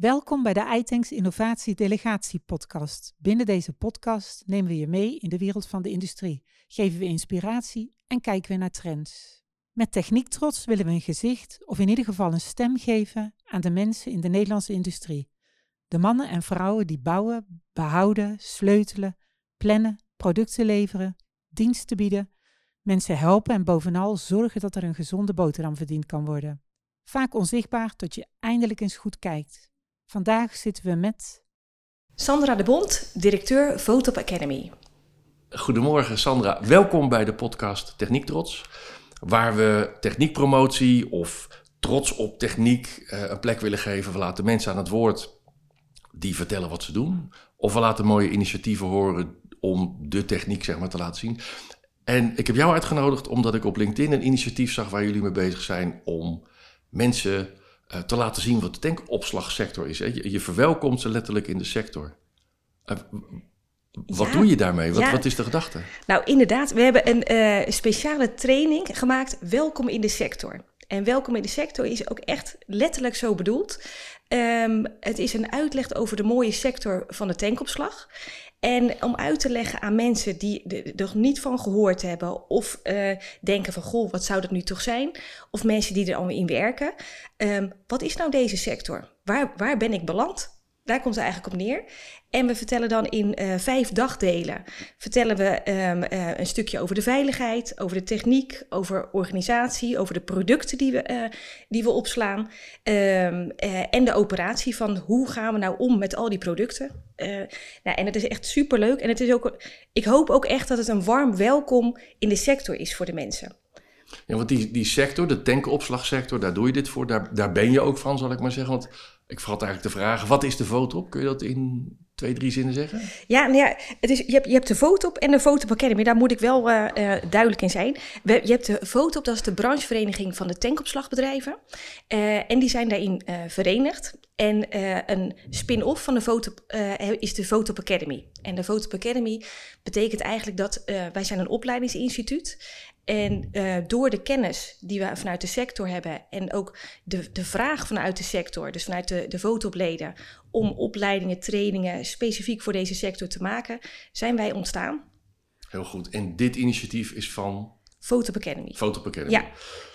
Welkom bij de iTanks Innovatie Delegatie podcast. Binnen deze podcast nemen we je mee in de wereld van de industrie, geven we inspiratie en kijken we naar trends. Met techniektrots willen we een gezicht of in ieder geval een stem geven aan de mensen in de Nederlandse industrie. De mannen en vrouwen die bouwen, behouden, sleutelen, plannen, producten leveren, diensten bieden, mensen helpen en bovenal zorgen dat er een gezonde boterham verdiend kan worden. Vaak onzichtbaar tot je eindelijk eens goed kijkt. Vandaag zitten we met Sandra de Bond, directeur Votop Academy. Goedemorgen Sandra, welkom bij de podcast Techniektrots, waar we techniekpromotie of trots op techniek een plek willen geven. We laten mensen aan het woord die vertellen wat ze doen, of we laten mooie initiatieven horen om de techniek zeg maar te laten zien. En ik heb jou uitgenodigd omdat ik op LinkedIn een initiatief zag waar jullie mee bezig zijn om mensen te laten zien wat de tankopslagsector is. Je verwelkomt ze letterlijk in de sector. Wat doe je daarmee? Wat is de gedachte? Nou, inderdaad. We hebben een speciale training gemaakt. Welkom in de sector. En welkom in de sector is ook echt letterlijk zo bedoeld. Het is een uitleg over de mooie sector van de tankopslag. En om uit te leggen aan mensen die er nog niet van gehoord hebben of denken van, goh, wat zou dat nu toch zijn? Of mensen die er al in werken. Wat is nou deze sector? Waar ben ik beland? Daar komt het eigenlijk op neer. En we vertellen dan in 5 dagdelen vertellen we een stukje over de veiligheid, over de techniek, over organisatie, over de producten die we opslaan. En de operatie van hoe gaan we nou om met al die producten. En het is echt superleuk. En het is ook, ik hoop ook echt dat het een warm welkom in de sector is voor de mensen. Ja, want die sector, de tankopslagsector, daar doe je dit voor. Daar ben je ook van, zal ik maar zeggen. Want ik vergat eigenlijk te vragen, wat is de Votop? Kun je dat in 2-3 zinnen zeggen? Ja, nou ja, je hebt de Votop en de Votop Academy. Daar moet ik wel duidelijk in zijn. Je hebt de Votop, dat is de branchevereniging van de tankopslagbedrijven. En die zijn daarin verenigd. En een spin-off van de Votop is de Votop Academy. En de Votop Academy betekent eigenlijk dat wij zijn een opleidingsinstituut. En door de kennis die we vanuit de sector hebben en ook de vraag vanuit de sector, dus vanuit de Votop-leden, om opleidingen, trainingen specifiek voor deze sector te maken, zijn wij ontstaan. Heel goed. En dit initiatief is van? Votop Academy. Votop Academy. Ja.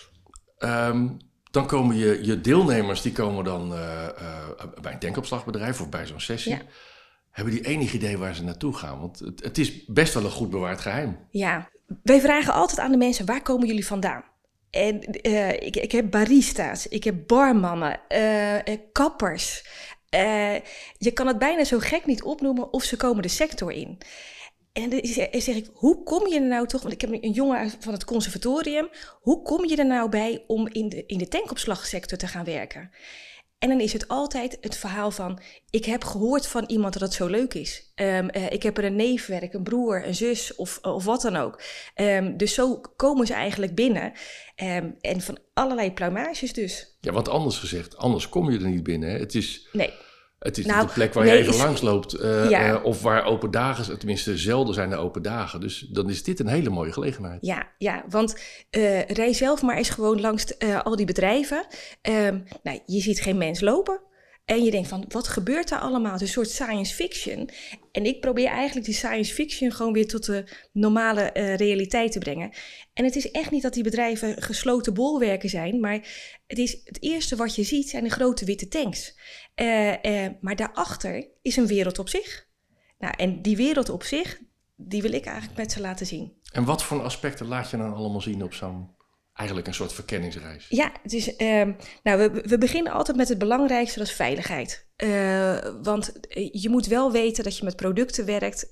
Dan komen je deelnemers, die komen dan bij een tankopslagbedrijf of bij zo'n sessie. Ja. Hebben die enig idee waar ze naartoe gaan? Want het is best wel een goed bewaard geheim. Ja, wij vragen altijd aan de mensen, waar komen jullie vandaan? En ik heb barista's, ik heb barmannen, kappers. Je kan het bijna zo gek niet opnoemen of ze komen de sector in. En dan zeg ik, hoe kom je er nou toch, want ik heb een jongen van het conservatorium, hoe kom je er nou bij om in de tankopslagsector te gaan werken? En dan is het altijd het verhaal van, ik heb gehoord van iemand dat het zo leuk is. Ik heb er een neefwerk, een broer, een zus of wat dan ook. Dus zo komen ze eigenlijk binnen. En van allerlei pluimages dus. Ja, wat anders gezegd, anders kom je er niet binnen. Hè? Het is niet de plek waar je even langs loopt. Of waar open dagen zijn. Tenminste, zelden zijn er open dagen. Dus dan is dit een hele mooie gelegenheid. Ja, want rij zelf maar eens gewoon langs al die bedrijven. Je ziet geen mens lopen. En je denkt van, wat gebeurt daar allemaal? Het is een soort science fiction. En ik probeer eigenlijk die science fiction gewoon weer tot de normale realiteit te brengen. En het is echt niet dat die bedrijven gesloten bolwerken zijn. Maar het eerste wat je ziet zijn de grote witte tanks. Maar daarachter is een wereld op zich. Nou, en die wereld op zich, die wil ik eigenlijk met ze laten zien. En wat voor aspecten laat je dan allemaal zien op zo'n, eigenlijk een soort verkenningsreis? Ja, het is, we beginnen altijd met het belangrijkste, dat is veiligheid. Want je moet wel weten dat je met producten werkt.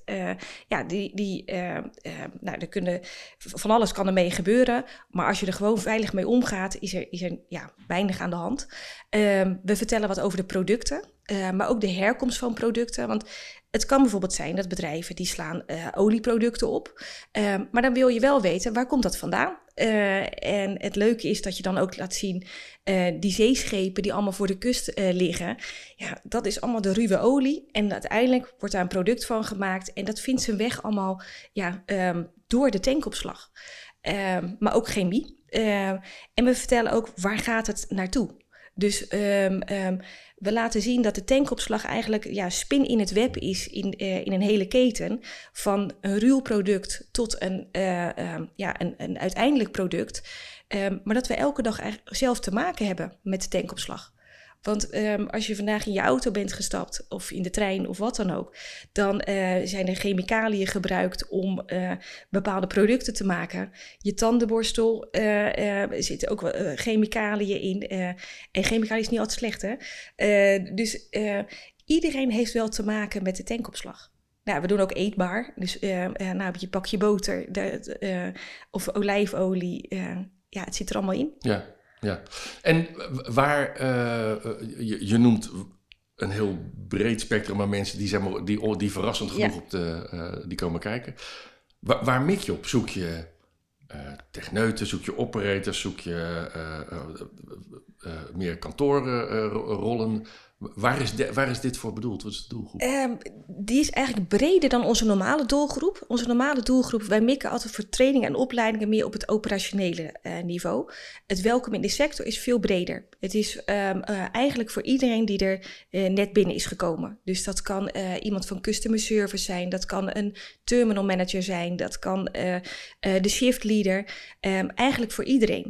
Van alles kan ermee gebeuren. Maar als je er gewoon veilig mee omgaat, is er weinig aan de hand. We vertellen wat over de producten. Maar ook de herkomst van producten. Want het kan bijvoorbeeld zijn dat bedrijven die slaan olieproducten op. Maar dan wil je wel weten, waar komt dat vandaan? En het leuke is dat je dan ook laat zien die zeeschepen die allemaal voor de kust liggen. Ja, dat is allemaal de ruwe olie. En uiteindelijk wordt daar een product van gemaakt. En dat vindt zijn weg allemaal door de tankopslag. Maar ook chemie. En we vertellen ook, waar gaat het naartoe? Dus we laten zien dat de tankopslag eigenlijk spin in het web is in een hele keten. Van een ruw product tot een uiteindelijk product. Maar dat we elke dag zelf te maken hebben met de tankopslag. Want als je vandaag in je auto bent gestapt of in de trein of wat dan ook, dan zijn er chemicaliën gebruikt om bepaalde producten te maken. Je tandenborstel, er zitten ook chemicaliën in. En chemicaliën is niet altijd slecht, hè? Dus iedereen heeft wel te maken met de tankopslag. Nou, we doen ook eetbaar. Dus je pakje boter of olijfolie. Het zit er allemaal in. Ja, en waar, je noemt een heel breed spectrum aan mensen die verrassend genoeg die komen kijken. Waar mik je op? Zoek je techneuten, zoek je operators, zoek je meer kantoorrollen? Waar is dit voor bedoeld? Wat is de doelgroep? Die is eigenlijk breder dan onze normale doelgroep. Onze normale doelgroep, wij mikken altijd voor training en opleidingen meer op het operationele niveau. Het welkom in de sector is veel breder. Het is eigenlijk voor iedereen die er net binnen is gekomen. Dus dat kan iemand van customer service zijn, dat kan een terminal manager zijn, dat kan de shift leader. Eigenlijk voor iedereen.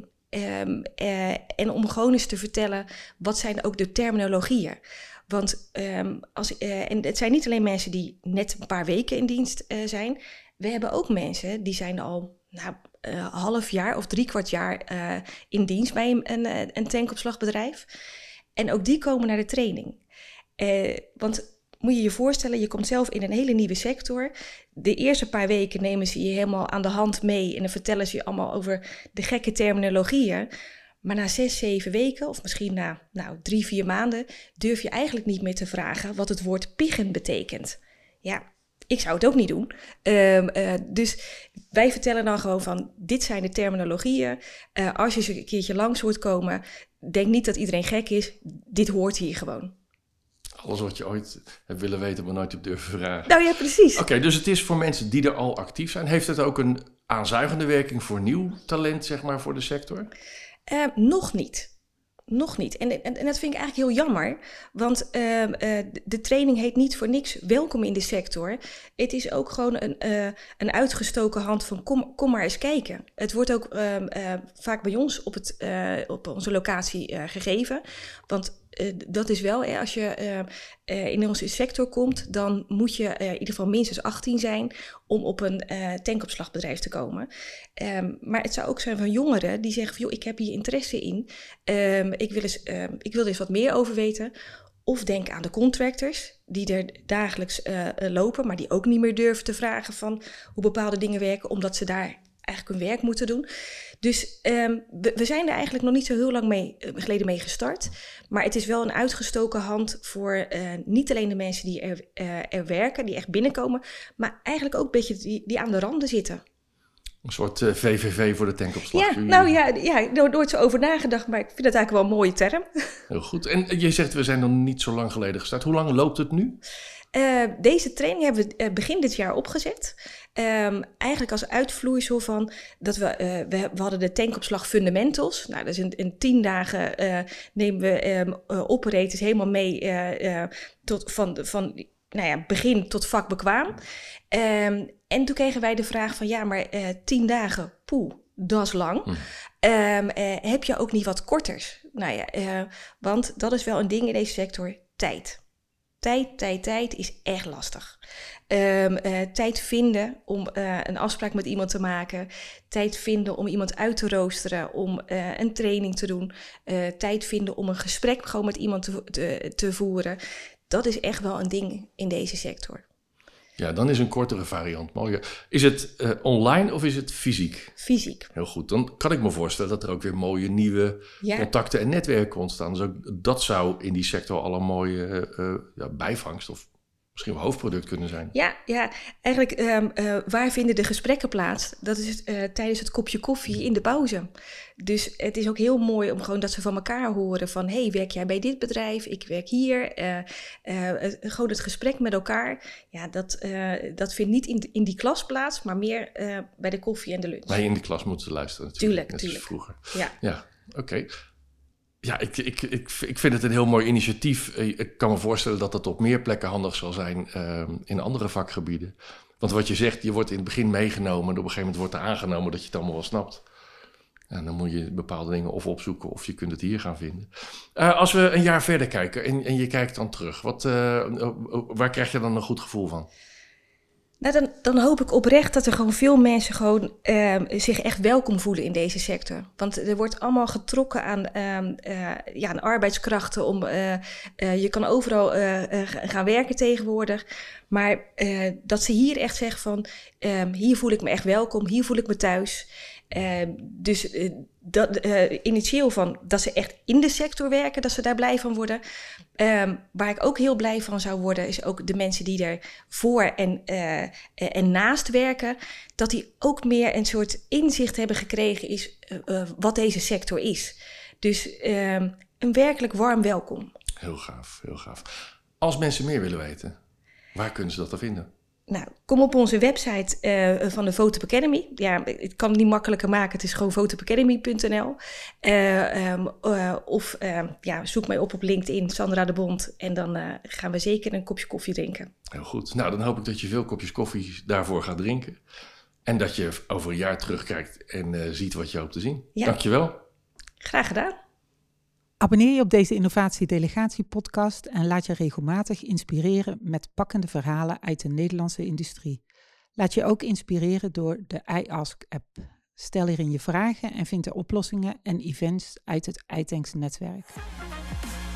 En om gewoon eens te vertellen, wat zijn ook de terminologieën? Want en het zijn niet alleen mensen die net een paar weken in dienst zijn. We hebben ook mensen die zijn al half jaar of 3/4 jaar in dienst bij een tankopslagbedrijf. En ook die komen naar de training. Want moet je je voorstellen, je komt zelf in een hele nieuwe sector. De eerste paar weken nemen ze je helemaal aan de hand mee en dan vertellen ze je allemaal over de gekke terminologieën. Maar na 6-7 weken, of misschien na 3-4 maanden, durf je eigenlijk niet meer te vragen wat het woord piggen betekent. Ja, ik zou het ook niet doen. Dus wij vertellen dan gewoon van, dit zijn de terminologieën. Als je ze een keertje langs hoort komen, denk niet dat iedereen gek is. Dit hoort hier gewoon. Alles wat je ooit hebt willen weten, maar nooit hebt durven vragen. Nou ja, precies. Oké, dus het is voor mensen die er al actief zijn. Heeft het ook een aanzuigende werking voor nieuw talent, zeg maar, voor de sector? Nog niet. Nog niet. En dat vind ik eigenlijk heel jammer. Want de training heet niet voor niks welkom in de sector. Het is ook gewoon een uitgestoken hand van kom maar eens kijken. Het wordt ook vaak bij ons op onze locatie gegeven. Want dat is wel, als je in onze sector komt, dan moet je in ieder geval minstens 18 zijn om op een tankopslagbedrijf te komen. Maar het zou ook zijn van jongeren die zeggen van, joh, ik heb hier interesse in. Ik wil er eens wat meer over weten. Of denk aan de contractors die er dagelijks lopen, maar die ook niet meer durven te vragen van hoe bepaalde dingen werken, omdat ze daar eigenlijk hun werk moeten doen. Dus we zijn er eigenlijk nog niet zo heel lang geleden mee gestart. Maar het is wel een uitgestoken hand voor niet alleen de mensen die er werken, die echt binnenkomen, maar eigenlijk ook een beetje die aan de randen zitten. Een soort VVV voor de tankopslag. Ja, nooit zo over nagedacht, maar ik vind dat eigenlijk wel een mooie term. Heel goed. En je zegt, we zijn nog niet zo lang geleden gestart. Hoe lang loopt het nu? Deze training hebben we begin dit jaar opgezet. Eigenlijk als uitvloeisel van dat we hadden de tankopslag fundamentals. Nou, dat is in 10 dagen nemen we operators helemaal mee van begin tot vakbekwaam. En toen kregen wij de vraag van 10 dagen, dat is lang. Heb je ook niet wat korters? Want dat is wel een ding in deze sector, tijd. Tijd is echt lastig. Tijd vinden om een afspraak met iemand te maken. Tijd vinden om iemand uit te roosteren, om een training te doen. Tijd vinden om een gesprek gewoon met iemand te voeren. Dat is echt wel een ding in deze sector. Ja, dan is een kortere variant mooier. Is het online of is het fysiek? Fysiek. Heel goed. Dan kan ik me voorstellen dat er ook weer mooie nieuwe contacten en netwerken ontstaan. Dus ook dat zou in die sector al een mooie bijvangst of misschien wel hoofdproduct kunnen zijn. Ja. Eigenlijk waar vinden de gesprekken plaats? Dat is tijdens het kopje koffie in de pauze. Dus het is ook heel mooi om gewoon dat ze van elkaar horen van, hey, werk jij bij dit bedrijf? Ik werk hier. Gewoon het gesprek met elkaar. Ja, dat vindt niet in die klas plaats, maar meer bij de koffie en de lunch. Maar in de klas moeten ze luisteren natuurlijk. Tuurlijk. Vroeger. Ja, oké. Ja, ik vind het een heel mooi initiatief. Ik kan me voorstellen dat dat op meer plekken handig zal zijn in andere vakgebieden. Want wat je zegt, je wordt in het begin meegenomen en op een gegeven moment wordt er aangenomen dat je het allemaal wel snapt. En dan moet je bepaalde dingen of opzoeken of je kunt het hier gaan vinden. Als we een jaar verder kijken en je kijkt dan terug, waar krijg je dan een goed gevoel van? Nou, dan hoop ik oprecht dat er gewoon veel mensen zich echt welkom voelen in deze sector. Want er wordt allemaal getrokken aan arbeidskrachten. Je kan overal gaan werken tegenwoordig. Maar dat ze hier echt zeggen van, hier voel ik me echt welkom, hier voel ik me thuis. Initieel van dat ze echt in de sector werken, dat ze daar blij van worden. Waar ik ook heel blij van zou worden, is ook de mensen die er voor en naast werken, dat die ook meer een soort inzicht hebben gekregen is wat deze sector is. Dus een werkelijk warm welkom. Heel gaaf, heel gaaf. Als mensen meer willen weten, waar kunnen ze dat dan vinden? Nou, kom op onze website van de Votop Academy. Ja, ik kan het niet makkelijker maken. Het is gewoon votopacademy.nl. Zoek mij op LinkedIn, Sandra de Bond. En dan gaan we zeker een kopje koffie drinken. Heel goed. Nou, dan hoop ik dat je veel kopjes koffie daarvoor gaat drinken. En dat je over een jaar terugkijkt en ziet wat je hoopt te zien. Ja. Dankjewel. Graag gedaan. Abonneer je op deze Innovatie-delegatie-podcast en laat je regelmatig inspireren met pakkende verhalen uit de Nederlandse industrie. Laat je ook inspireren door de iAsk-app. Stel hierin je vragen en vind de oplossingen en events uit het iTanks-netwerk.